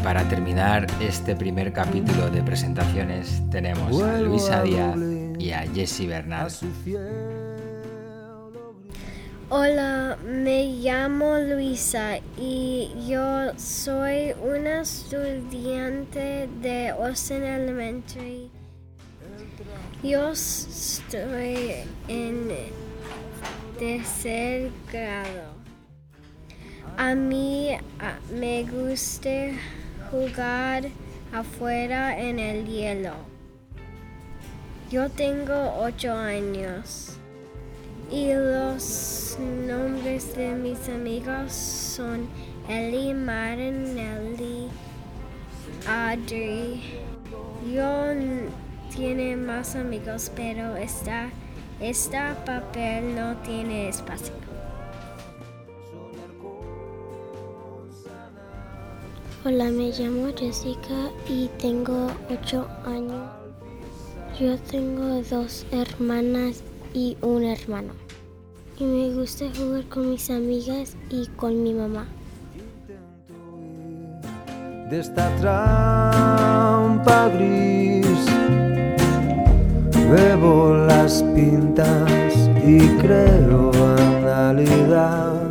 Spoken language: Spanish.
para terminar este primer capítulo de presentaciones tenemos a Luisa Díaz y a Jessie Bernal. Hola, me llamo Luisa y yo soy una estudiante de Austin Elementary. Yo estoy en tercer grado. A mí me gusta jugar afuera en el hielo. Yo tengo 8 años y los nombres de mis amigos son Ellie, Martin, Nelly, Audrey. Yo tiene más amigos, pero esta papel no tiene espacio. Hola, me llamo Jessica y tengo 8 años. Yo tengo 2 hermanas y un hermano. Y me gusta jugar con mis amigas y con mi mamá. De esta trampa gris bebo las pintas y creo banalidad.